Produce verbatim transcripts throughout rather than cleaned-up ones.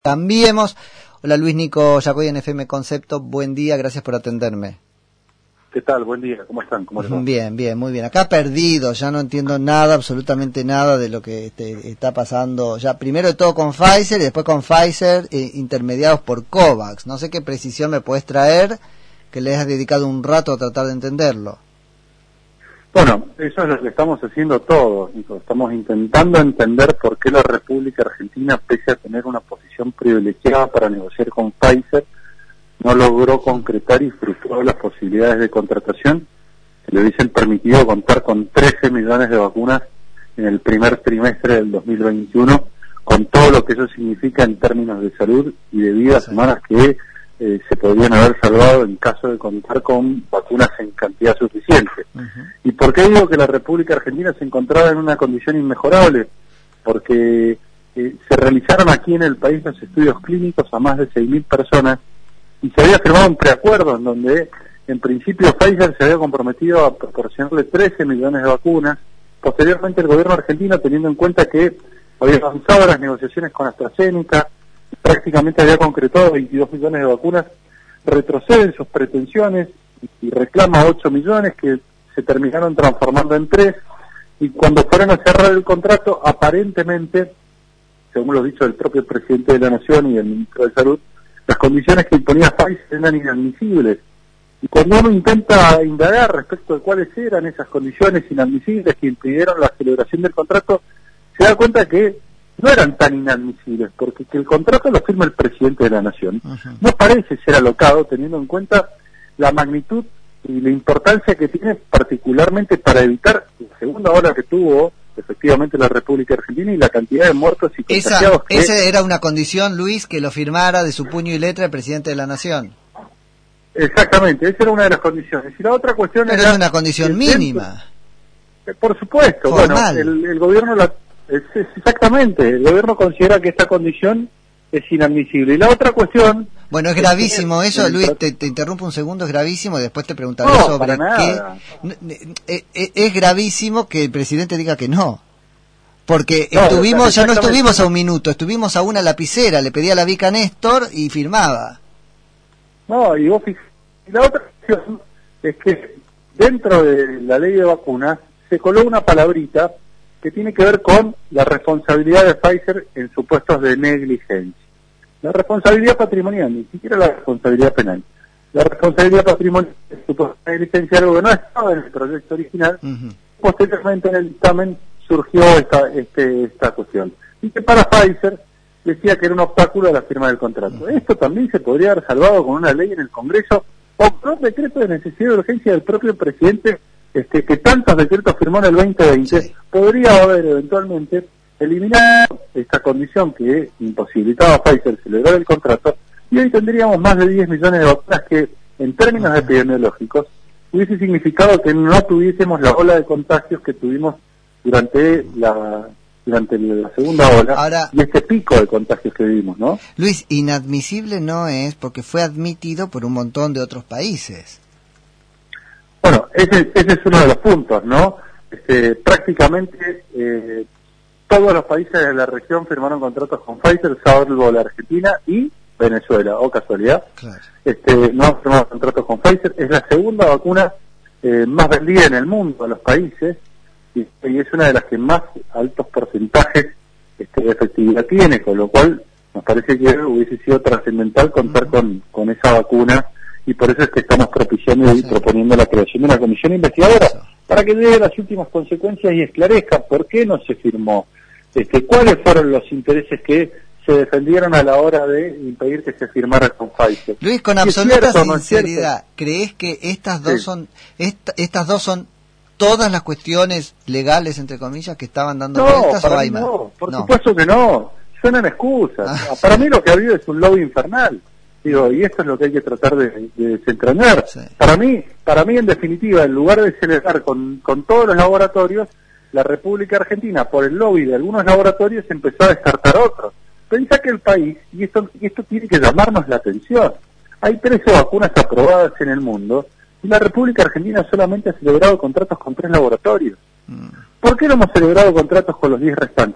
Cambiemos. Hola, Luis Nico Yacoy en F M Concepto. Buen día, gracias por atenderme. ¿Qué tal? Buen día, ¿cómo están? ¿Cómo les va? Bien, bien, muy bien. Acá perdido, ya no entiendo nada, absolutamente nada de lo que este, está pasando. Ya primero de todo con Pfizer y después con Pfizer, eh, intermediados por COVAX. No sé qué precisión me podés traer, que le has dedicado un rato a tratar de entenderlo. Bueno, eso es lo que estamos haciendo todos, Nico. Estamos intentando entender por qué la República Argentina, pese a tener una posición privilegiada para negociar con Pfizer, no logró concretar y frustró las posibilidades de contratación que le hubiesen permitido contar con trece millones de vacunas en el primer trimestre del dos mil veintiuno, con todo lo que eso significa en términos de salud y de vidas humanas que eh, se podrían haber salvado en caso de contar con vacunas en cantidad suficiente. Uh-huh. ¿Y por qué digo que la República Argentina se encontraba en una condición inmejorable? Porque eh, se realizaron aquí en el país los estudios clínicos a más de seis mil personas y se había firmado un preacuerdo en donde en principio Pfizer se había comprometido a proporcionarle trece millones de vacunas. Posteriormente el gobierno argentino, teniendo en cuenta que había avanzado las negociaciones con AstraZeneca, prácticamente había concretado veintidós millones de vacunas, retrocede en sus pretensiones y reclama ocho millones que se terminaron transformando en tres, y cuando fueron a cerrar el contrato, aparentemente, según lo dicho del propio presidente de la Nación y del ministro de Salud, las condiciones que imponía Pfizer eran inadmisibles. Y cuando uno intenta indagar respecto de cuáles eran esas condiciones inadmisibles que impidieron la celebración del contrato, se da cuenta que no eran tan inadmisibles, porque que el contrato lo firma el presidente de la Nación. Uh-huh. No parece ser alocado, teniendo en cuenta la magnitud y la importancia que tiene, particularmente para evitar la segunda ola que tuvo efectivamente la República Argentina y la cantidad de muertos y contagiados. Esa, que... esa era una condición, Luis, que lo firmara de su puño y letra el presidente de la Nación. Exactamente, esa era una de las condiciones. Y la otra cuestión Pero era... es una condición mínima. Dentro, por supuesto, Formal. bueno, el, el gobierno la... Es, es exactamente, el gobierno considera que esta condición es inadmisible. Y la otra cuestión... Bueno, es gravísimo es, eso, el, Luis, te, te interrumpo un segundo, es gravísimo, y después te preguntaré no, sobre qué... Es, es gravísimo que el presidente diga que no, porque no, estuvimos, o sea, ya no estuvimos a un minuto, estuvimos a una lapicera, le pedía la Vica a Néstor y firmaba. No, y vos fijás, y la otra cuestión es que dentro de la ley de vacunas se coló una palabrita que tiene que ver con la responsabilidad de Pfizer en supuestos de negligencia. La responsabilidad patrimonial, ni siquiera la responsabilidad penal. La responsabilidad patrimonial en supuestos de negligencia, algo que no estaba en el proyecto original. Uh-huh. Posteriormente en el dictamen surgió esta, este, esta cuestión. Y que para Pfizer decía que era un obstáculo a la firma del contrato. Uh-huh. Esto también se podría haber salvado con una ley en el Congreso o con un decreto de necesidad de urgencia del propio presidente, este, que tantos decretos firmó en el veinte veinte, sí. Podría haber eventualmente eliminado esta condición que imposibilitaba a Pfizer celebrar el contrato, y hoy tendríamos más de diez millones de vacunas que, en términos uh-huh. epidemiológicos, hubiese significado que no tuviésemos la ola de contagios que tuvimos durante la durante la segunda ola. Ahora, y este pico de contagios que vivimos, ¿no? Luis, inadmisible no es porque fue admitido por un montón de otros países. Bueno, ese, ese es uno de los puntos, ¿no? Este, prácticamente eh, todos los países de la región firmaron contratos con Pfizer, salvo la Argentina y Venezuela, o casualidad. Claro. Este, no han firmado contratos con Pfizer. Es la segunda vacuna eh, más vendida en el mundo a los países y, y es una de las que más altos porcentajes este, de efectividad tiene, con lo cual nos parece que hubiese sido trascendental contar uh-huh. con, con esa vacuna, y por eso es que estamos propiciando y sí. proponiendo la creación de una comisión investigadora sí. para que dé las últimas consecuencias y esclarezca por qué no se firmó, este, cuáles fueron los intereses que se defendieron a la hora de impedir que se firmara con Pfizer. Luis, con absoluta cierto, sinceridad, no ¿crees que estas dos sí. son esta, estas dos son todas las cuestiones legales, entre comillas, que estaban dando no, vueltas para o mí hay más? No, por no. supuesto que no, suenan excusas. Ah, para sí. mí lo que ha habido es un lobby infernal. Digo, y esto es lo que hay que tratar de, de desentrañar. Sí. Para mí, para mí en definitiva, en lugar de celebrar con, con todos los laboratorios, la República Argentina, por el lobby de algunos laboratorios, empezó a descartar otros. Pensá que el país, y esto, y esto tiene que llamarnos la atención, hay trece vacunas aprobadas en el mundo, y la República Argentina solamente ha celebrado contratos con tres laboratorios. Mm. ¿Por qué no hemos celebrado contratos con los diez restantes?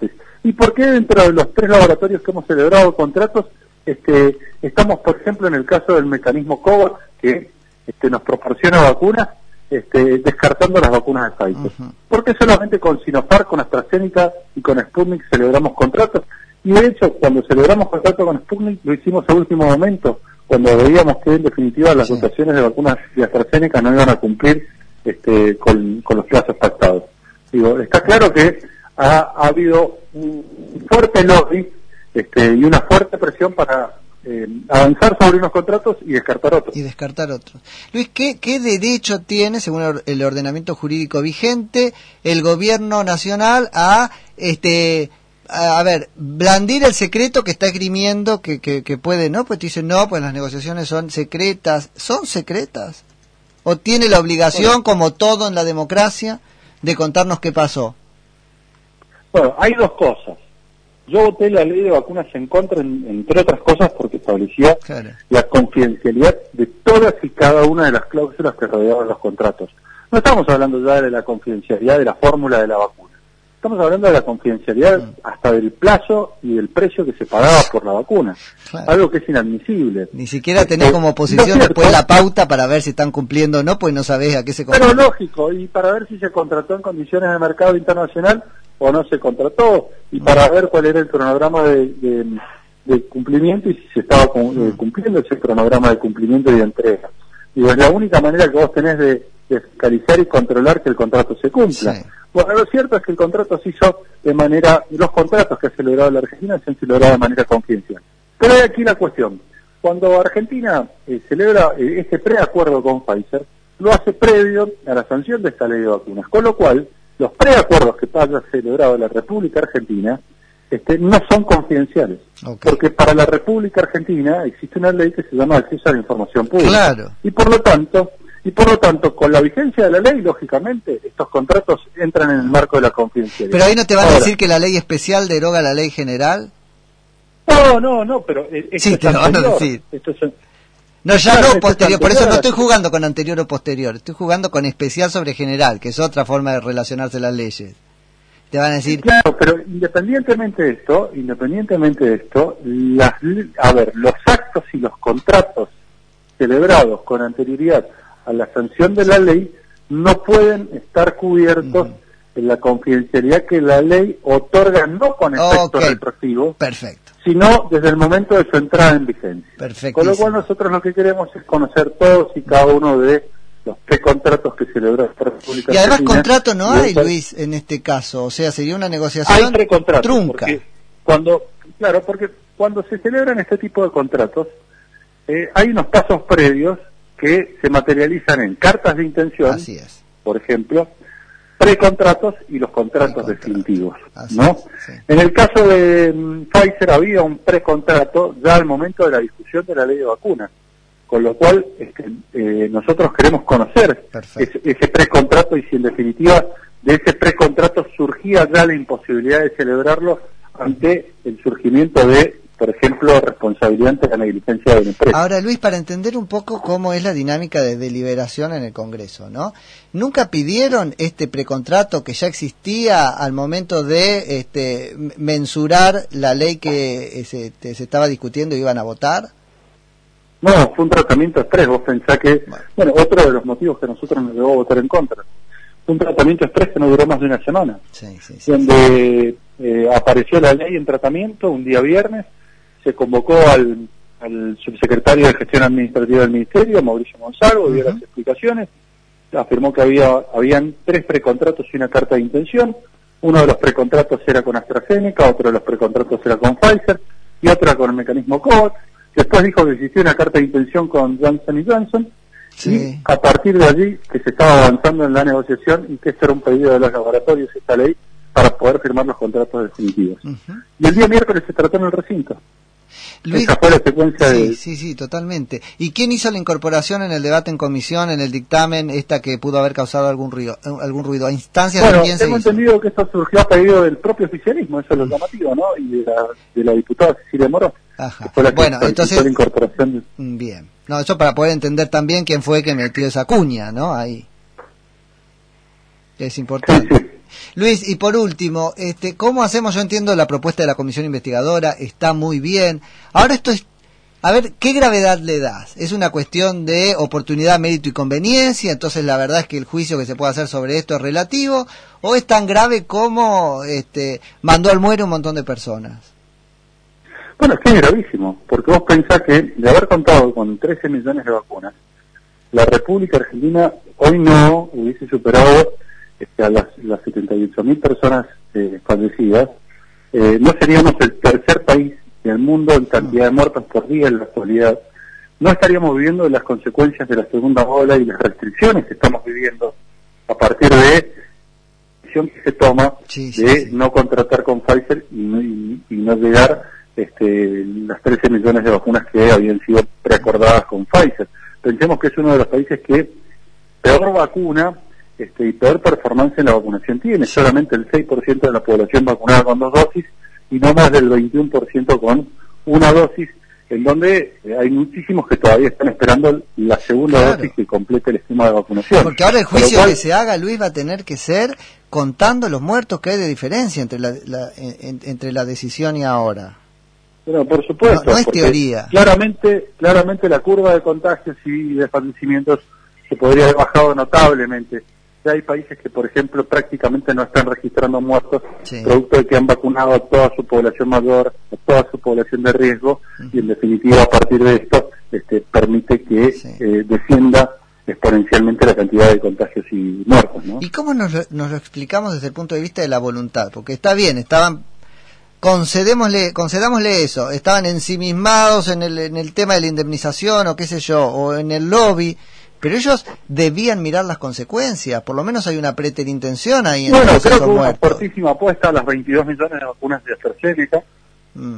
¿Y por qué dentro de los tres laboratorios que hemos celebrado contratos, este, estamos, por ejemplo, en el caso del mecanismo COVAX, que este, nos proporciona vacunas, este, descartando las vacunas de Pfizer? Uh-huh. ¿Por qué solamente con Sinopharm, con AstraZeneca y con Sputnik celebramos contratos? Y de hecho, cuando celebramos contrato con Sputnik, lo hicimos a último momento, cuando veíamos que en definitiva las sí. dotaciones de vacunas de AstraZeneca no iban a cumplir este, con, con los plazos pactados. Digo, está claro que ha, ha habido un fuerte lobby este, y una fuerte presión para eh, avanzar sobre unos contratos y descartar otros. Y descartar otros. Luis, ¿qué, qué derecho tiene, según el ordenamiento jurídico vigente, el gobierno nacional a este a ver, blandir el secreto que está esgrimiendo, que, que, que puede, ¿no? Pues te dicen, no, pues las negociaciones son secretas. ¿Son secretas? ¿O tiene la obligación, bueno, como todo en la democracia, de contarnos qué pasó? Bueno, hay dos cosas. Yo voté la ley de vacunas en contra, en, entre otras cosas, porque establecía claro. la confidencialidad de todas y cada una de las cláusulas que rodeaban los contratos. No estamos hablando ya de la confidencialidad de la fórmula de la vacuna. Estamos hablando de la confidencialidad mm. hasta del plazo y del precio que se pagaba por la vacuna. Claro. Algo que es inadmisible. Ni siquiera tenés como oposición no después la pauta para ver si están cumpliendo o no, pues no sabés a qué se contrató. Pero lógico, y para ver si se contrató en condiciones de mercado internacional o no se contrató, y para mm. ver cuál era el cronograma de, de, de cumplimiento y si se estaba mm. cumpliendo ese cronograma de cumplimiento y de entrega. Y es la única manera que vos tenés de, de fiscalizar y controlar que el contrato se cumpla. Sí. Bueno, lo cierto es que el contrato se hizo de manera, los contratos que ha celebrado la Argentina se han celebrado de manera confidencial. Pero hay aquí la cuestión. Cuando Argentina eh, celebra eh, este preacuerdo con Pfizer, lo hace previo a la sanción de esta ley de vacunas. Con lo cual, los preacuerdos que haya celebrado la República Argentina este, no son confidenciales. Okay. Porque para la República Argentina existe una ley que se llama Acceso a la Información Pública. Claro. Y por lo tanto... Y por lo tanto, con la vigencia de la ley, lógicamente, estos contratos entran en el marco de la confidencialidad. ¿Pero ahí no te van Ahora, a decir que la ley especial deroga la ley general? No, no, no, pero... Esto sí, es te lo van a decir. Esto es, no, ya claro, no posterior, por eso no estoy jugando con anterior o posterior, estoy jugando con especial sobre general, que es otra forma de relacionarse las leyes. Te van a decir... Claro, pero independientemente de esto, independientemente de esto, las, a ver, los actos y los contratos celebrados con anterioridad a la sanción de la ley no pueden estar cubiertos uh-huh. en la confidencialidad que la ley otorga, no con efecto okay. retroactivo, perfecto, sino desde el momento de su entrada en vigencia. Con lo cual nosotros lo que queremos es conocer todos y cada uno de los precontratos que celebró esta República Y además Argentina, contrato no hay, Luis, en este caso, o sea, sería una negociación hay precontratos, trunca. Cuando, claro, porque cuando se celebran este tipo de contratos, eh, hay unos pasos previos que se materializan en cartas de intención, Así es. por ejemplo, precontratos y los contratos definitivos, Así ¿no? Es, sí. En el caso de um, Pfizer había un precontrato ya al momento de la discusión de la ley de vacunas, con lo cual este, eh, nosotros queremos conocer ese, ese precontrato y si en definitiva de ese precontrato surgía ya la imposibilidad de celebrarlo ante el surgimiento de, por ejemplo, responsabilidad ante la negligencia de la empresa. Ahora, Luis, para entender un poco cómo es la dinámica de deliberación en el Congreso, ¿no? ¿Nunca pidieron este precontrato que ya existía al momento de este, mensurar la ley que se, se estaba discutiendo y iban a votar? No, fue un tratamiento exprés. Vos pensás que, bueno. bueno, otro de los motivos que nosotros nos llevó a votar en contra, fue un tratamiento exprés que no duró más de una semana, sí, sí, sí, donde sí. Eh, apareció la ley en tratamiento un día viernes, se convocó al, al subsecretario de Gestión Administrativa del Ministerio, Mauricio Monsalvo, dio uh-huh. las explicaciones, afirmó que había habían tres precontratos y una carta de intención. Uno de los precontratos era con AstraZeneca, otro de los precontratos era con Pfizer y otro con el mecanismo COVAX. Después dijo que existía una carta de intención con Johnson y Johnson sí. y a partir de allí que se estaba avanzando en la negociación y que este era un pedido de los laboratorios, esta ley, para poder firmar los contratos definitivos. Uh-huh. Y el día miércoles se trató en el recinto. Luis, Esa fue la secuencia sí, de... Sí, sí, totalmente. ¿Y quién hizo la incorporación en el debate en comisión, en el dictamen, esta que pudo haber causado algún ruido? Algún ruido? ¿A instancias bueno, de quién se hizo? Bueno, tengo entendido que esto surgió a pedido del propio oficialismo, eso es lo llamativo, ¿no? Y de la, de la diputada Cecilia Moró. Ajá. Que fue la que bueno, entonces... la incorporación. Bien. No, eso para poder entender también quién fue que metió esa cuña, ¿no? Ahí. Es importante. Sí, sí. Luis, y por último, este, ¿cómo hacemos? Yo entiendo la propuesta de la comisión investigadora, está muy bien. Ahora esto es, a ver, ¿qué gravedad le das? ¿Es una cuestión de oportunidad, mérito y conveniencia? Entonces la verdad es que el juicio que se puede hacer sobre esto es relativo, ¿o es tan grave como este, mandó al muere un montón de personas? Bueno, es que es gravísimo, porque vos pensás que de haber contado con trece millones de vacunas, la República Argentina hoy no hubiese superado este, a las, las setenta y ocho mil personas eh, fallecidas. Eh, no seríamos el tercer país del mundo en cantidad de muertos por día en la actualidad. No estaríamos viviendo las consecuencias de la segunda ola y las restricciones que estamos viviendo a partir de la decisión que se toma sí, sí, de sí. no contratar con Pfizer y no, y, y no llegar este, las trece millones de vacunas que habían sido preacordadas con Pfizer. Pensemos que es uno de los países que peor vacuna este, y peor performance en la vacunación tiene. Solamente el seis por ciento de la población vacunada con dos dosis y no más del veintiuno por ciento con una dosis, en donde eh, hay muchísimos que todavía están esperando la segunda claro. dosis que complete el esquema de vacunación. Porque ahora el juicio cual, que se haga, Luis, va a tener que ser contando los muertos que hay de diferencia entre la, la en, entre la decisión y ahora. Pero por supuesto, no, no es teoría. Claramente, claramente la curva de contagios y de fallecimientos se podría haber bajado notablemente. Ya hay países que, por ejemplo, prácticamente no están registrando muertos, sí. producto de que han vacunado a toda su población mayor, a toda su población de riesgo, uh-huh. y en definitiva a partir de esto este, permite que sí. eh, descienda exponencialmente la cantidad de contagios y muertos, ¿no? ¿Y cómo nos lo, nos lo explicamos desde el punto de vista de la voluntad? Porque está bien, estaban concedémosle, concedámosle eso, estaban ensimismados en el, en el tema de la indemnización o qué sé yo, o en el lobby, pero ellos debían mirar las consecuencias, por lo menos hay una preterintención ahí en bueno, todos creo esos que hubo muertos. Una fortísima apuesta a las veintidós millones de vacunas de AstraZeneca mm.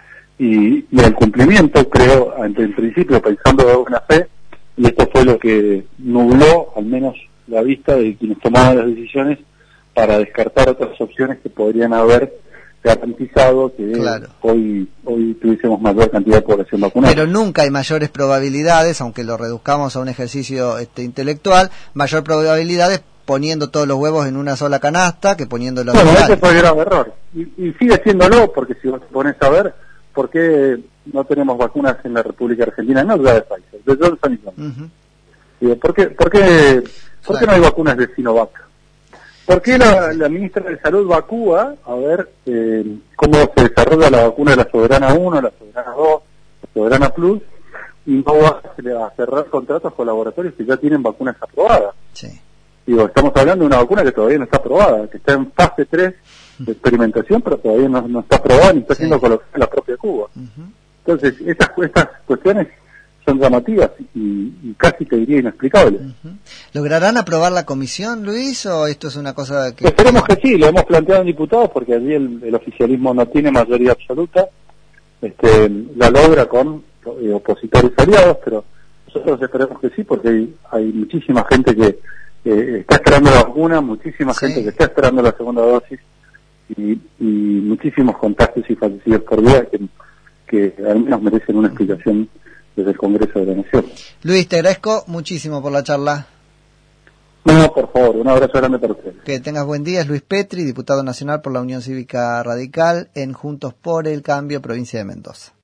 y, y al cumplimiento, creo, en, en principio pensando de buena fe, y esto fue lo que nubló al menos la vista de quienes tomaban las decisiones para descartar otras opciones que podrían haber garantizado que claro. hoy hoy tuviésemos mayor cantidad de población vacunada. Pero nunca hay mayores probabilidades, aunque lo reduzcamos a un ejercicio este, intelectual, mayor probabilidades poniendo todos los huevos en una sola canasta que poniéndolos bueno, ese fue el grave error. Y, y sigue siéndolo, porque si vos te pones a ver, ¿por qué no tenemos vacunas en la República Argentina? No ya de Pfizer, de Johnson y Johnson. Uh-huh. ¿Por qué, por qué, por qué no hay vacunas de Sinovac? ¿Por qué la, la ministra de Salud vacúa a ver eh, cómo se desarrolla la vacuna de la Soberana uno, la Soberana dos, la Soberana Plus, y no va a cerrar contratos con laboratorios que ya tienen vacunas aprobadas? Sí. Digo, estamos hablando de una vacuna que todavía no está aprobada, que está en fase tres de experimentación, pero todavía no, no está aprobada ni está siendo sí. colocada en la propia Cuba. Uh-huh. Entonces, estas, estas cuestiones son llamativas y, y casi te diría inexplicables. Uh-huh. ¿Lograrán aprobar la comisión, Luis, o esto es una cosa que...? Esperemos que sí, lo hemos planteado en diputados porque allí el, el oficialismo no tiene mayoría absoluta, este, la logra con eh, opositores aliados, pero nosotros esperemos que sí porque hay, hay muchísima gente que eh, está esperando la vacuna, muchísima sí. gente que está esperando la segunda dosis y, y muchísimos contagios y fallecidos por día que, que al menos merecen una explicación desde el Congreso de la Nación. Luis, te agradezco muchísimo por la charla. No, por favor, un abrazo grande para usted. Que tengas buen día. Es Luis Petri, diputado nacional por la Unión Cívica Radical en Juntos por el Cambio, provincia de Mendoza.